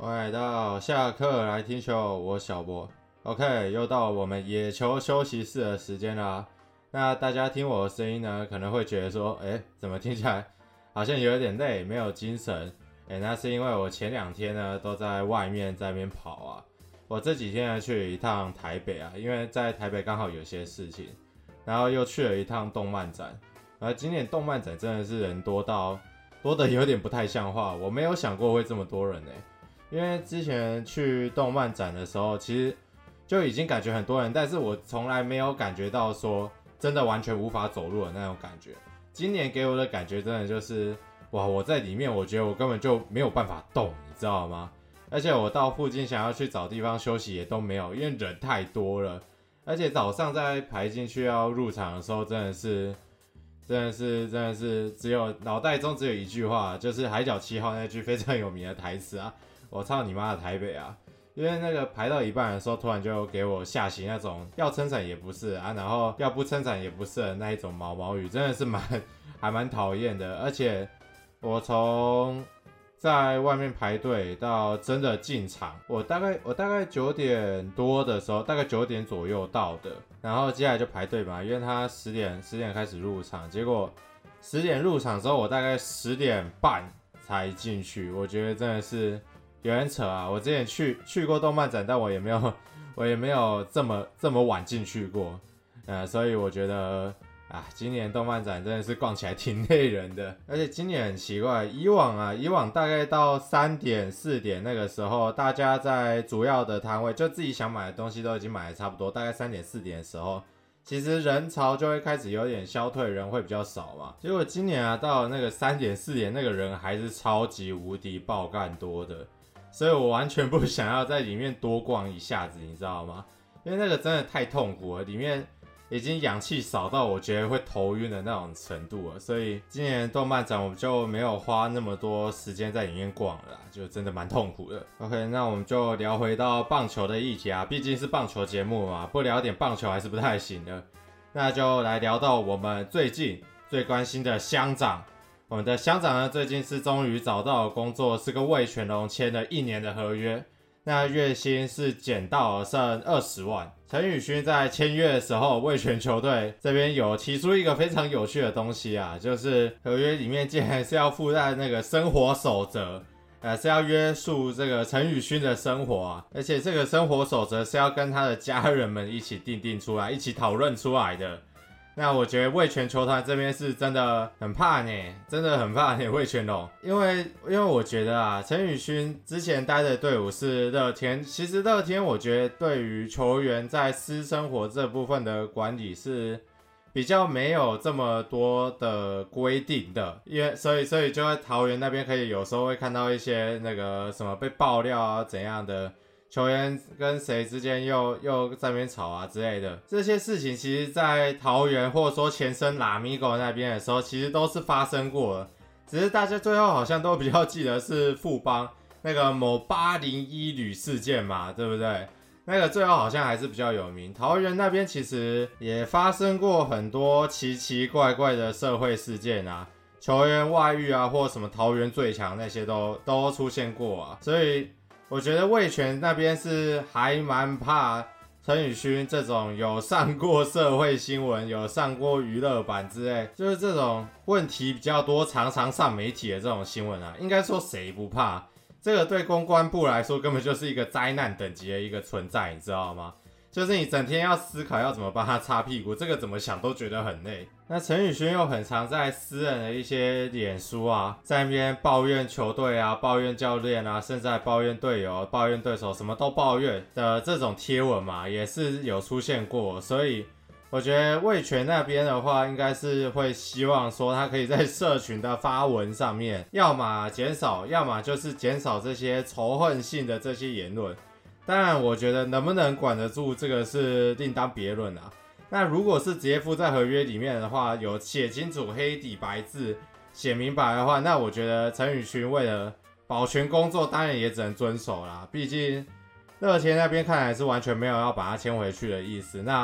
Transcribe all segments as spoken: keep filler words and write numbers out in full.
欢迎来到下课来听球，我小博。OK， 又到我们野球休息室的时间啦。那大家听我的声音呢，可能会觉得说，哎，怎么听起来好像有点累，没有精神？哎，那是因为我前两天呢都在外面在那边跑啊。我这几天呢去了一趟台北啊，因为在台北刚好有些事情，然后又去了一趟动漫展。而今年动漫展真的是人多到多的有点不太像话，我没有想过会这么多人呢、欸。因为之前去动漫展的时候，其实就已经感觉很多人，但是我从来没有感觉到说真的完全无法走路的那种感觉。今年给我的感觉真的就是，哇，我在里面，我觉得我根本就没有办法动，你知道吗？而且我到附近想要去找地方休息也都没有，因为人太多了。而且早上在排进去要入场的时候，真的是，真的是，真的是只有脑袋中只有一句话，就是《海角七号》那句非常有名的台词啊。我操你妈的台北啊！因为那个排到一半的时候，突然就给我下起那种要撑伞也不是啊，然后要不撑伞也不是的那一种毛毛雨，真的是蛮还蛮讨厌的。而且我从在外面排队到真的进场，我大概我大概九点多的时候，大概九点左右到的，然后接下来就排队嘛，因为他十点十点开始入场，结果十点入场之后，我大概十点半才进去，我觉得真的是。有点扯啊！我之前去去过动漫展，但我也没有，我也没有这么这么晚进去过，呃，所以我觉得啊，今年动漫展真的是逛起来挺累人的。而且今年很奇怪，以往啊，以往大概到三点四点那个时候，大家在主要的摊位，就自己想买的东西都已经买的差不多，大概三点四点的时候，其实人潮就会开始有点消退，人会比较少嘛。结果今年啊，到了那个三点四点，那个人还是超级无敌爆干多的。所以我完全不想要在里面多逛一下子，你知道吗？因为那个真的太痛苦了，里面已经氧气少到我觉得会头晕的那种程度了。所以今年动漫展我们就没有花那么多时间在里面逛了啦，就真的蛮痛苦的。OK， 那我们就聊回到棒球的议题啊，毕竟是棒球节目嘛，不聊点棒球还是不太行的。那就来聊到我们最近最关心的乡长。我们的乡长呢，最近是终于找到了工作，是跟味全龙签了一年的合约，那月薪是减到剩二十万。陈宇勋在签约的时候，味全球队这边有提出一个非常有趣的东西啊，就是合约里面竟然是要附带那个生活守则，呃，是要约束这个陈宇勋的生活啊，而且这个生活守则是要跟他的家人们一起订定出来，一起讨论出来的。那我觉得味全球团这边是真的很怕呢，真的很怕呢味全龙，因为因为我觉得啊，陈宇勋之前待的队伍是乐天，其实乐天我觉得对于球员在私生活这部分的管理是比较没有这么多的规定的，因为所以所以就在桃园那边可以有时候会看到一些那个什么被爆料啊怎样的。球员跟谁之间又又在那边吵啊之类的，这些事情其实在桃园或者说前身拉米狗那边的时候，其实都是发生过的，只是大家最后好像都比较记得是富邦那个某八零一旅事件嘛，对不对？那个最后好像还是比较有名。桃园那边其实也发生过很多奇奇怪怪的社会事件啊，球员外遇啊，或什么桃园最强那些都都出现过啊，所以。我觉得味全那边是还蛮怕陈宇勋这种有上过社会新闻、有上过娱乐版之类，就是这种问题比较多、常常上媒体的这种新闻啊，应该说谁不怕？这个对公关部来说根本就是一个灾难等级的一个存在，你知道吗？就是你整天要思考要怎么帮他擦屁股，这个怎么想都觉得很累。那陈宇勋又很常在私人的一些脸书啊，在那边抱怨球队啊，抱怨教练啊，甚至还抱怨队友、抱怨对手，什么都抱怨的这种贴文嘛，也是有出现过。所以我觉得味全那边的话，应该是会希望说他可以在社群的发文上面，要么减少，要么就是减少这些仇恨性的这些言论。当然我觉得能不能管得住这个是另当别论啊。那如果是直接附在合约里面的话，有写清楚黑底白字写明白的话，那我觉得陈宇勋为了保全工作当然也只能遵守啦，毕竟乐天那边看来是完全没有要把他签回去的意思。那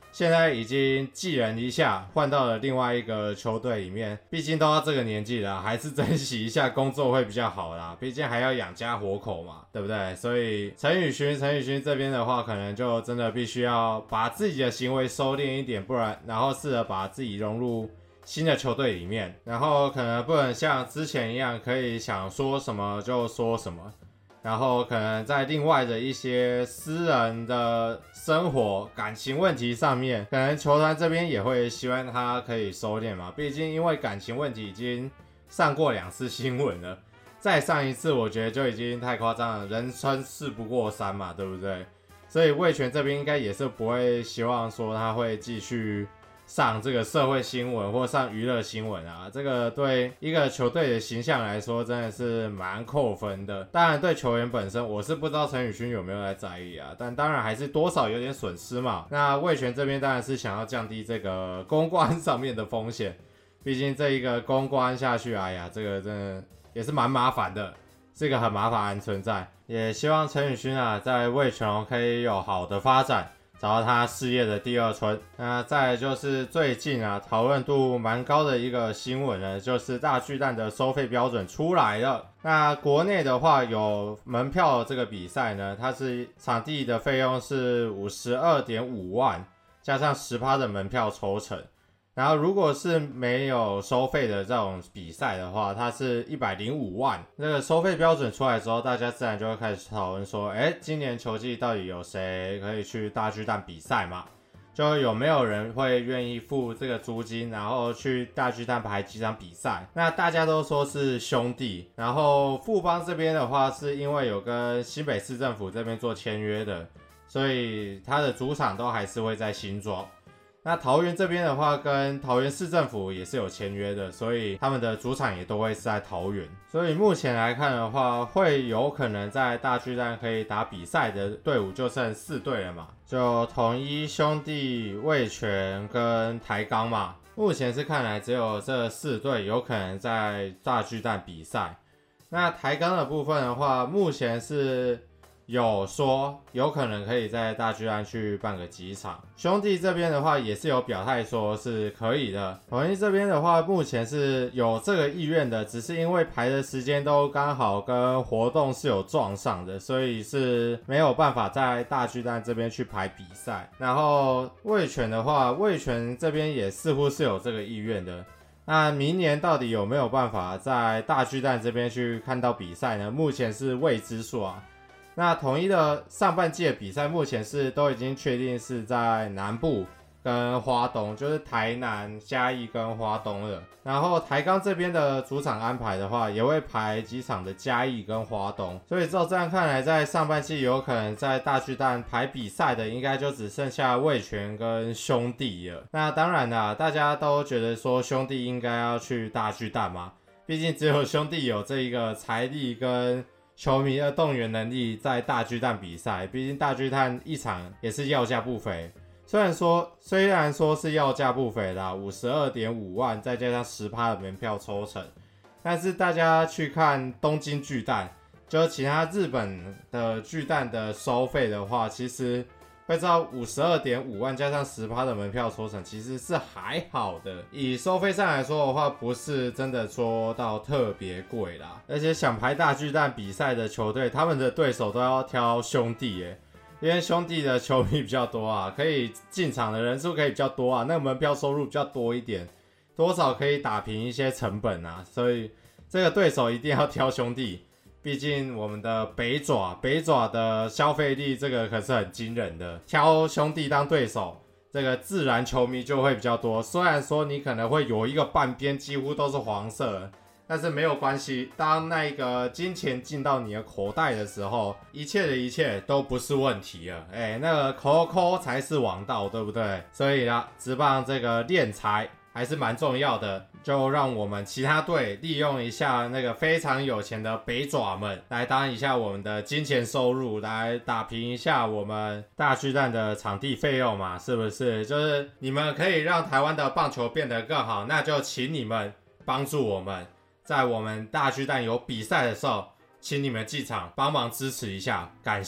现在已经寄人篱下，换到了另外一个球队里面。毕竟都到这个年纪了，还是珍惜一下工作会比较好啦。毕竟还要养家活口嘛，对不对？所以陈宇勋，陈宇勋这边的话，可能就真的必须要把自己的行为收敛一点，不然，然后试着把自己融入新的球队里面，然后可能不能像之前一样，可以想说什么就说什么。然后可能在另外的一些私人的生活、感情问题上面，可能球团这边也会希望他可以收敛嘛。毕竟因为感情问题已经上过两次新闻了，再上一次我觉得就已经太夸张了，人称事不过三嘛，对不对？所以味全这边应该也是不会希望说他会继续上这个社会新闻或上娱乐新闻啊，这个对一个球队的形象来说真的是蛮扣分的。当然对球员本身，我是不知道陈宇勋有没有在在意啊，但当然还是多少有点损失嘛。那味全这边当然是想要降低这个公关上面的风险，毕竟这一个公关下去，哎呀，这个真的也是蛮麻烦的，是一个很麻烦的存在。也希望陈宇勋啊，在味全可以有好的发展，找到他事业的第二春。那再来就是最近啊讨论度蛮高的一个新闻呢，就是大巨蛋的收费标准出来了。那国内的话有门票这个比赛呢，它是场地的费用是 五十二点五万，加上 百分之十 的门票抽成。然后如果是没有收费的这种比赛的话，它是一百零五万。那个收费标准出来之后，大家自然就会开始讨论说，哎，今年球季到底有谁可以去大巨蛋比赛嘛？就有没有人会愿意付这个租金，然后去大巨蛋排几场比赛？那大家都说是兄弟，然后富邦这边的话，是因为有跟新北市政府这边做签约的，所以他的主场都还是会在新庄。那桃园这边的话，跟桃园市政府也是有签约的，所以他们的主场也都会是在桃园。所以目前来看的话，会有可能在大巨蛋可以打比赛的队伍就剩四队了嘛，就统一、兄弟、味全跟台钢嘛。目前是看来只有这四队有可能在大巨蛋比赛。那台钢的部分的话，目前是有说有可能可以在大巨蛋去办个几场，兄弟这边的话也是有表态说是可以的。统一这边的话目前是有这个意愿的，只是因为排的时间都刚好跟活动是有撞上的，所以是没有办法在大巨蛋这边去排比赛。然后味全的话，味全这边也似乎是有这个意愿的。那明年到底有没有办法在大巨蛋这边去看到比赛呢？目前是未知数啊。那统一的上半季的比赛目前是都已经确定是在南部跟花东，就是台南、嘉义跟花东了。然后台钢这边的主场安排的话，也会排几场的嘉义跟花东。所以照这样看来，在上半季有可能在大巨蛋排比赛的，应该就只剩下味全跟兄弟了。那当然啦，大家都觉得说兄弟应该要去大巨蛋嘛，毕竟只有兄弟有这一个财力跟球迷的动员能力在大巨蛋比赛，毕竟大巨蛋一场也是要价不菲。虽然说虽然说是要价不菲啦 ,五十二点五万再加上 百分之十 的门票抽成，但是大家去看东京巨蛋，就其他日本的巨蛋的收费的话，其实会知道 五十二点五万加上 百分之十 的门票抽成其实是还好的，以收费上来说的话，不是真的说到特别贵啦。而且想排大巨蛋比赛的球队，他们的对手都要挑兄弟耶，因为兄弟的球迷比较多啊，可以进场的人数可以比较多啊，那个门票收入比较多一点，多少可以打平一些成本啊，所以这个对手一定要挑兄弟。毕竟我们的北爪北爪的消费力这个可是很惊人的，挑兄弟当对手，这个自然球迷就会比较多。虽然说你可能会有一个半边几乎都是黄色，但是没有关系，当那个金钱进到你的口袋的时候，一切的一切都不是问题了。哎，那个抠抠才是王道，对不对？所以啦，职棒这个敛财还是蛮重要的，就让我们其他队利用一下那个非常有钱的北爪们，来当一下我们的金钱收入，来打平一下我们大巨蛋的场地费用嘛，是不是？就是你们可以让台湾的棒球变得更好，那就请你们帮助我们，在我们大巨蛋有比赛的时候，请你们进场帮忙支持一下，感谢。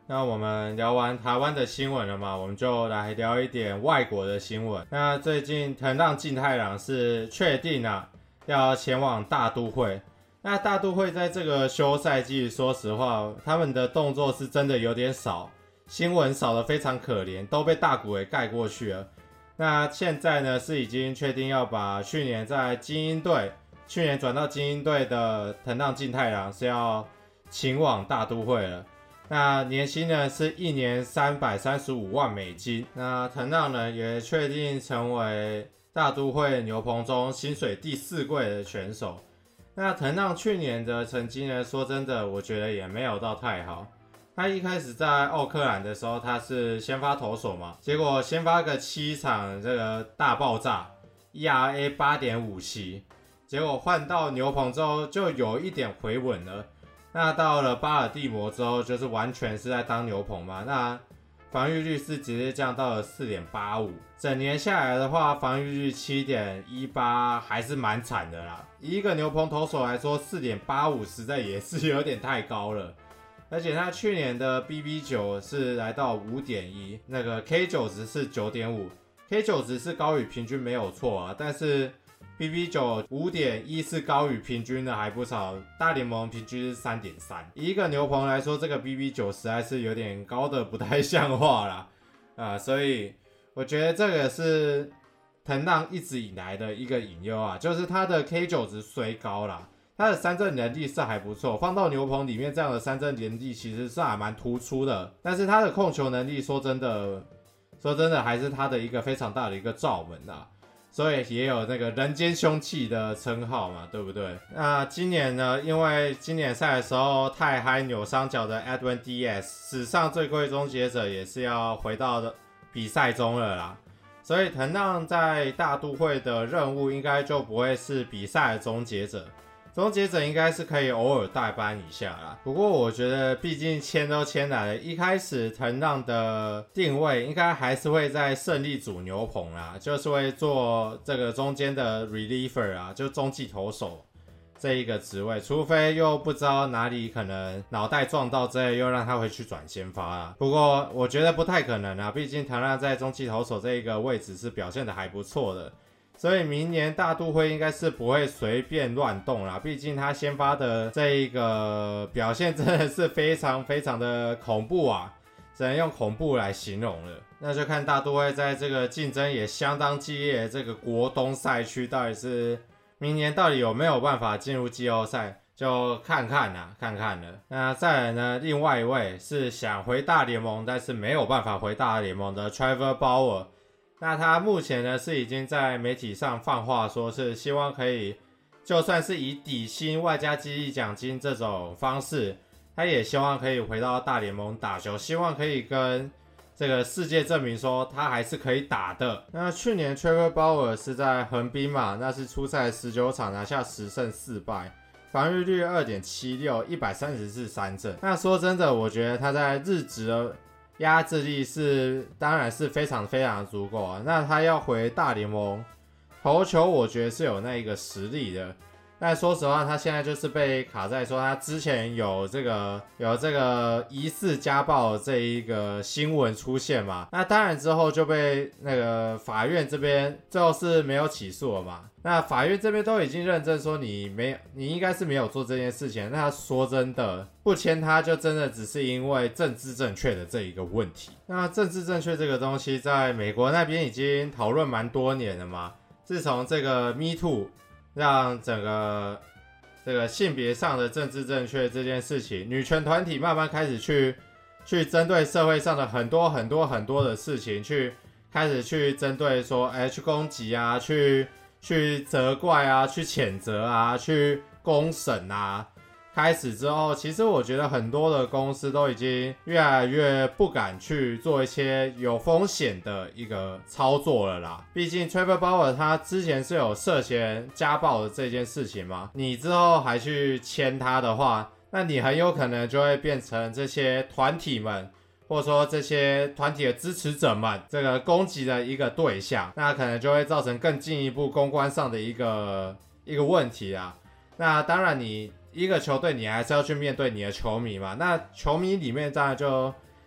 那我们聊完台湾的新闻了嘛，我们就来聊一点外国的新闻。那最近藤浪晋太郎是确定啊要前往大都会。那大都会在这个休赛季，说实话，他们的动作是真的有点少，新闻少得非常可怜，都被大谷给盖过去了。那现在呢是已经确定要把去年在精英队，去年转到精英队的藤浪晋太郎是要请往大都会了。那年薪呢是一年三百三十五万美金。那藤浪呢也确定成为大都会牛棚中薪水第四贵的选手。那藤浪去年的成绩呢，说真的，我觉得也没有到太好。他一开始在奥克兰的时候，他是先发投手嘛，结果先发个七场，这个大爆炸 ，E R A 八点五七，结果换到牛棚之后就有一点回稳了。那到了巴尔的摩之后，就是完全是在当牛棚嘛。那防御率是直接降到了 四点八五， 整年下来的话，防御率 七点一八， 还是蛮惨的啦。以一个牛棚投手来说 ，四点八五 实在也是有点太高了。而且他去年的 B B 九 是来到 五点一， 那个 K 九 值是 九点五， K 九 值是高于平均没有错啊，但是 B B 九 五点一 是高于平均的还不少，大联盟平均是 三点三。 以一个牛棚来说，这个 B B 九 实在是有点高的不太像话啦、呃、所以我觉得这个是藤浪一直以来的一个隐忧啊，就是他的 K 九 值虽高啦，他的三振能力是还不错，放到牛棚里面这样的三振能力其实是还蛮突出的，但是他的控球能力说真的说真的还是他的一个非常大的一个罩门啊，所以也有那个人间凶器的称号嘛，对不对？那今年呢，因为今年赛的时候太嗨扭伤脚的 Edwin Diaz 史上最贵终结者也是要回到比赛中了啦，所以藤浪在大都会的任务应该就不会是比赛的终结者，终结者应该是可以偶尔代班一下啦。不过我觉得毕竟签都签来了，一开始藤浪的定位应该还是会在胜利组牛棚啦，就是会做这个中间的 reliever 啊，就中继投手这一个职位，除非又不知道哪里可能脑袋撞到之类，又让他回去转先发啦。不过我觉得不太可能啊，毕竟藤浪在中继投手这一个位置是表现的还不错的。所以明年大都会应该是不会随便乱动啦，毕竟他先发的这一个表现真的是非常非常的恐怖啊，只能用恐怖来形容了。那就看大都会在这个竞争也相当激烈的这个国东赛区，到底是明年到底有没有办法进入季后赛，就看看啦，看看了。那再来呢，另外一位是想回大联盟，但是没有办法回大联盟的 Trevor Bauer。那他目前呢是已经在媒体上放话说是希望可以，就算是以底薪外加激励奖金这种方式，他也希望可以回到大联盟打球，希望可以跟这个世界证明说他还是可以打的。那去年 Trevor Bauer 是在横滨嘛，那是出赛十九场拿下十胜四败，防御率 二点七六， 一百三十四三振。那说真的，我觉得他在日职的压制力是当然是非常非常足够啊。那他要回大联盟投球，我觉得是有那一个实力的。但说实话，他现在就是被卡在说他之前有这个有这个疑似家暴这一个新闻出现嘛。那当然之后就被那个法院这边最后是没有起诉了嘛。那法院这边都已经认证说你没你应该是没有做这件事情。那说真的，不签他就真的只是因为政治正确的这一个问题。那政治正确这个东西在美国那边已经讨论蛮多年了嘛。自从这个 Me Too 让整个这个性别上的政治正确这件事情，女权团体慢慢开始去去针对社会上的很多很多很多的事情，去开始去针对说，哎，去攻击啊，去去责怪啊，去谴责啊，去公审啊。开始之后，其实我觉得很多的公司都已经越来越不敢去做一些有风险的一个操作了啦。毕竟 Trevor Bauer 他之前是有涉嫌家暴的这件事情嘛，你之后还去签他的话，那你很有可能就会变成这些团体们，或者说这些团体的支持者们这个攻击的一个对象，那可能就会造成更进一步公关上的一个一个问题啦。那当然你一个球队你还是要去面对你的球迷嘛，那球迷里面当然就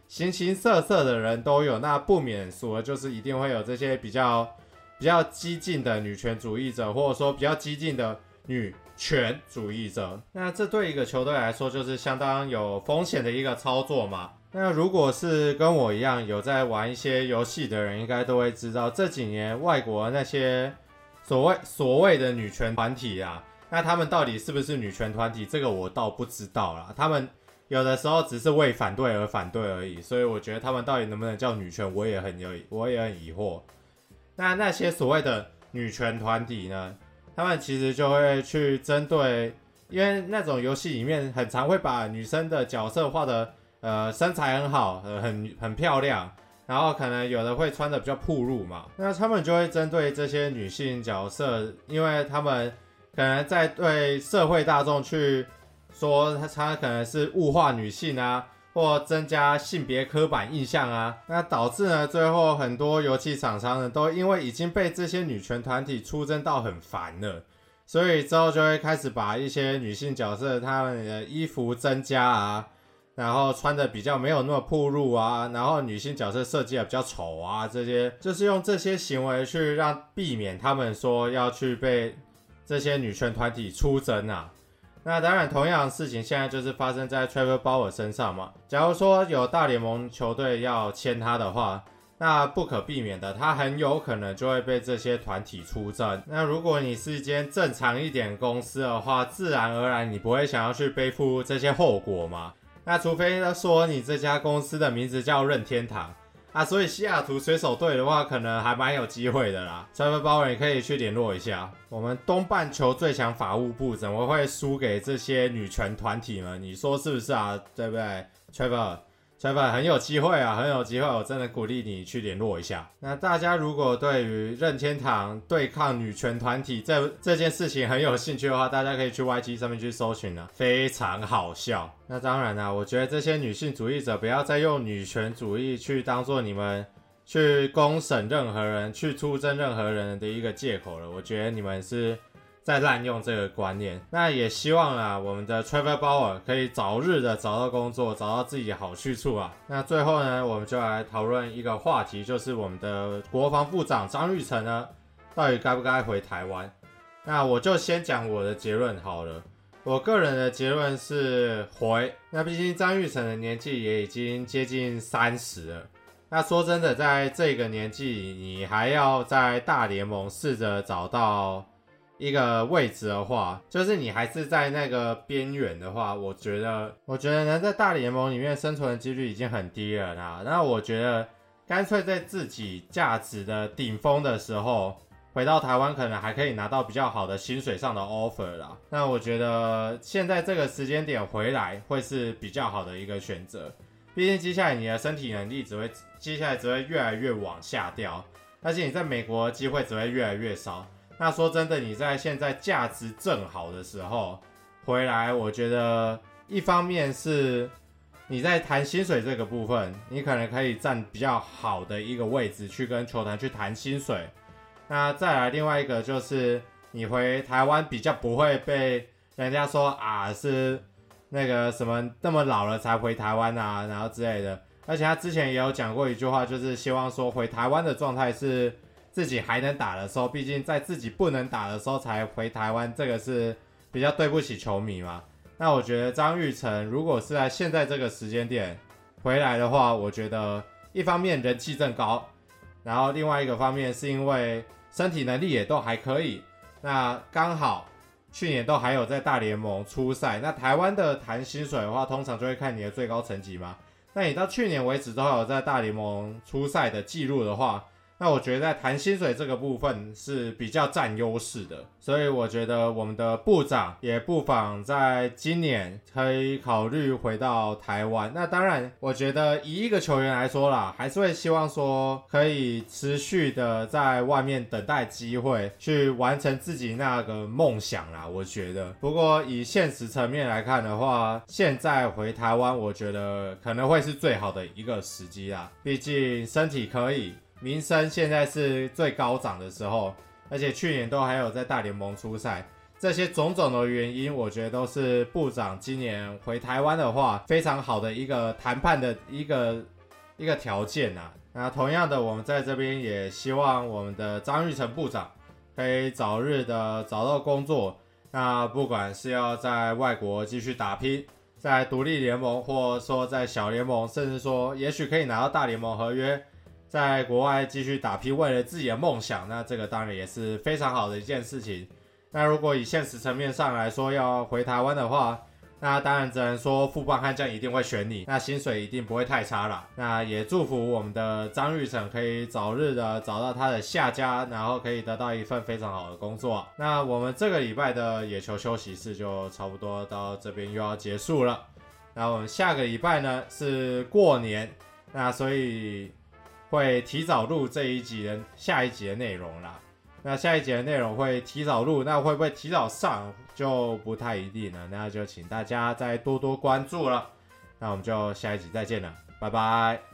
形形色色的人都有，那不免俗的就是一定会有这些比较比较激进的女权主义者，或者说比较激进的女权主义者。那这对一个球队来说就是相当有风险的一个操作嘛。那如果是跟我一样有在玩一些游戏的人，应该都会知道这几年外国那些所谓所谓的女权团体啊，那他们到底是不是女权团体，这个我倒不知道啦。他们有的时候只是为反对而反对而已，所以我觉得他们到底能不能叫女权，我也很有我也很疑惑。那那些所谓的女权团体呢，他们其实就会去针对，因为那种游戏里面很常会把女生的角色画的呃身材很好，呃很很漂亮，然后可能有的会穿的比较暴露嘛，那他们就会针对这些女性角色，因为他们可能在对社会大众去说他他可能是物化女性啊，或增加性别刻板印象啊，那导致呢最后很多游戏厂商呢都因为已经被这些女权团体出征到很烦了，所以之后就会开始把一些女性角色她们的衣服增加啊，然后穿的比较没有那么暴露啊，然后女性角色设计的比较丑啊，这些就是用这些行为去让避免他们说要去被这些女权团体出征啊。那当然同样的事情现在就是发生在 Trevor Bauer 身上嘛。假如说有大联盟球队要签他的话，那不可避免的他很有可能就会被这些团体出征。那如果你是一间正常一点公司的话，自然而然你不会想要去背负这些后果嘛。那除非说你这家公司的名字叫任天堂啊，所以西雅图水手队的话可能还蛮有机会的啦。Trevor Bauer 你可以去联络一下，我们东半球最强法务部怎么会输给这些女权团体呢？你说是不是啊？对不对 Trevor Trevor 很有机会啊，很有机会，我真的鼓励你去联络一下。那大家如果对于任天堂对抗女权团体这这件事情很有兴趣的话，大家可以去 Y T 上面去搜寻啊，非常好笑。那当然啦、啊，我觉得这些女性主义者不要再用女权主义去当做你们去公审任何人、去出征任何人的一个借口了。我觉得你们是在滥用这个观念。那也希望啊，我们的 Trevor Bauer 可以早日的找到工作，找到自己的好去处啊。那最后呢，我们就来讨论一个话题，就是我们的国防部长张育成呢，到底该不该回台湾？那我就先讲我的结论好了。我个人的结论是回。那毕竟张育成的年纪也已经接近三十了。那说真的，在这个年纪，你还要在大联盟试着找到一个位置的话，就是你还是在那个边缘的话，我觉得我觉得能在大联盟里面生存的几率已经很低了啦。那我觉得干脆在自己价值的顶峰的时候回到台湾，可能还可以拿到比较好的薪水上的 offer 啦。那我觉得现在这个时间点回来会是比较好的一个选择，毕竟接下来你的身体能力只会接下来只会越来越往下掉，而且你在美国的机会只会越来越少。那说真的，你在现在价值正好的时候回来，我觉得一方面是你在谈薪水这个部分，你可能可以占比较好的一个位置去跟球团去谈薪水。那再来另外一个就是你回台湾比较不会被人家说啊是那个什么那么老了才回台湾啊，然后之类的。而且他之前也有讲过一句话，就是希望说回台湾的状态是自己还能打的时候，毕竟在自己不能打的时候才回台湾，这个是比较对不起球迷嘛。那我觉得张育成如果是在现在这个时间点回来的话，我觉得一方面人气正高，然后另外一个方面是因为身体能力也都还可以，那刚好去年都还有在大联盟出赛，那台湾的谈薪水的话，通常就会看你的最高成绩嘛。那你到去年为止都有在大联盟出赛的记录的话，那我觉得在谈薪水这个部分是比较占优势的，所以我觉得我们的部长也不妨在今年可以考虑回到台湾。那当然我觉得以一个球员来说啦，还是会希望说可以持续的在外面等待机会去完成自己那个梦想啦，我觉得。不过以现实层面来看的话，现在回台湾我觉得可能会是最好的一个时机啦，毕竟身体可以，名声现在是最高涨的时候，而且去年都还有在大联盟出赛，这些种种的原因，我觉得都是部长今年回台湾的话非常好的一个谈判的一个一个条件啊。那同样的，我们在这边也希望我们的张育成部长可以早日的找到工作。那不管是要在外国继续打拼，在独立联盟，或者说在小联盟，甚至说也许可以拿到大联盟合约，在国外继续打拼，为了自己的梦想，那这个当然也是非常好的一件事情。那如果以现实层面上来说，要回台湾的话，那当然只能说富邦悍将一定会选你，那薪水一定不会太差啦。那也祝福我们的张育成可以早日的找到他的下家，然后可以得到一份非常好的工作。那我们这个礼拜的野球休息室就差不多到这边又要结束了。那我们下个礼拜呢是过年，那所以会提早录这一集的下一集的内容啦。那下一集的内容会提早录，那会不会提早上就不太一定了，那就请大家再多多关注了。那我们就下一集再见了，拜拜。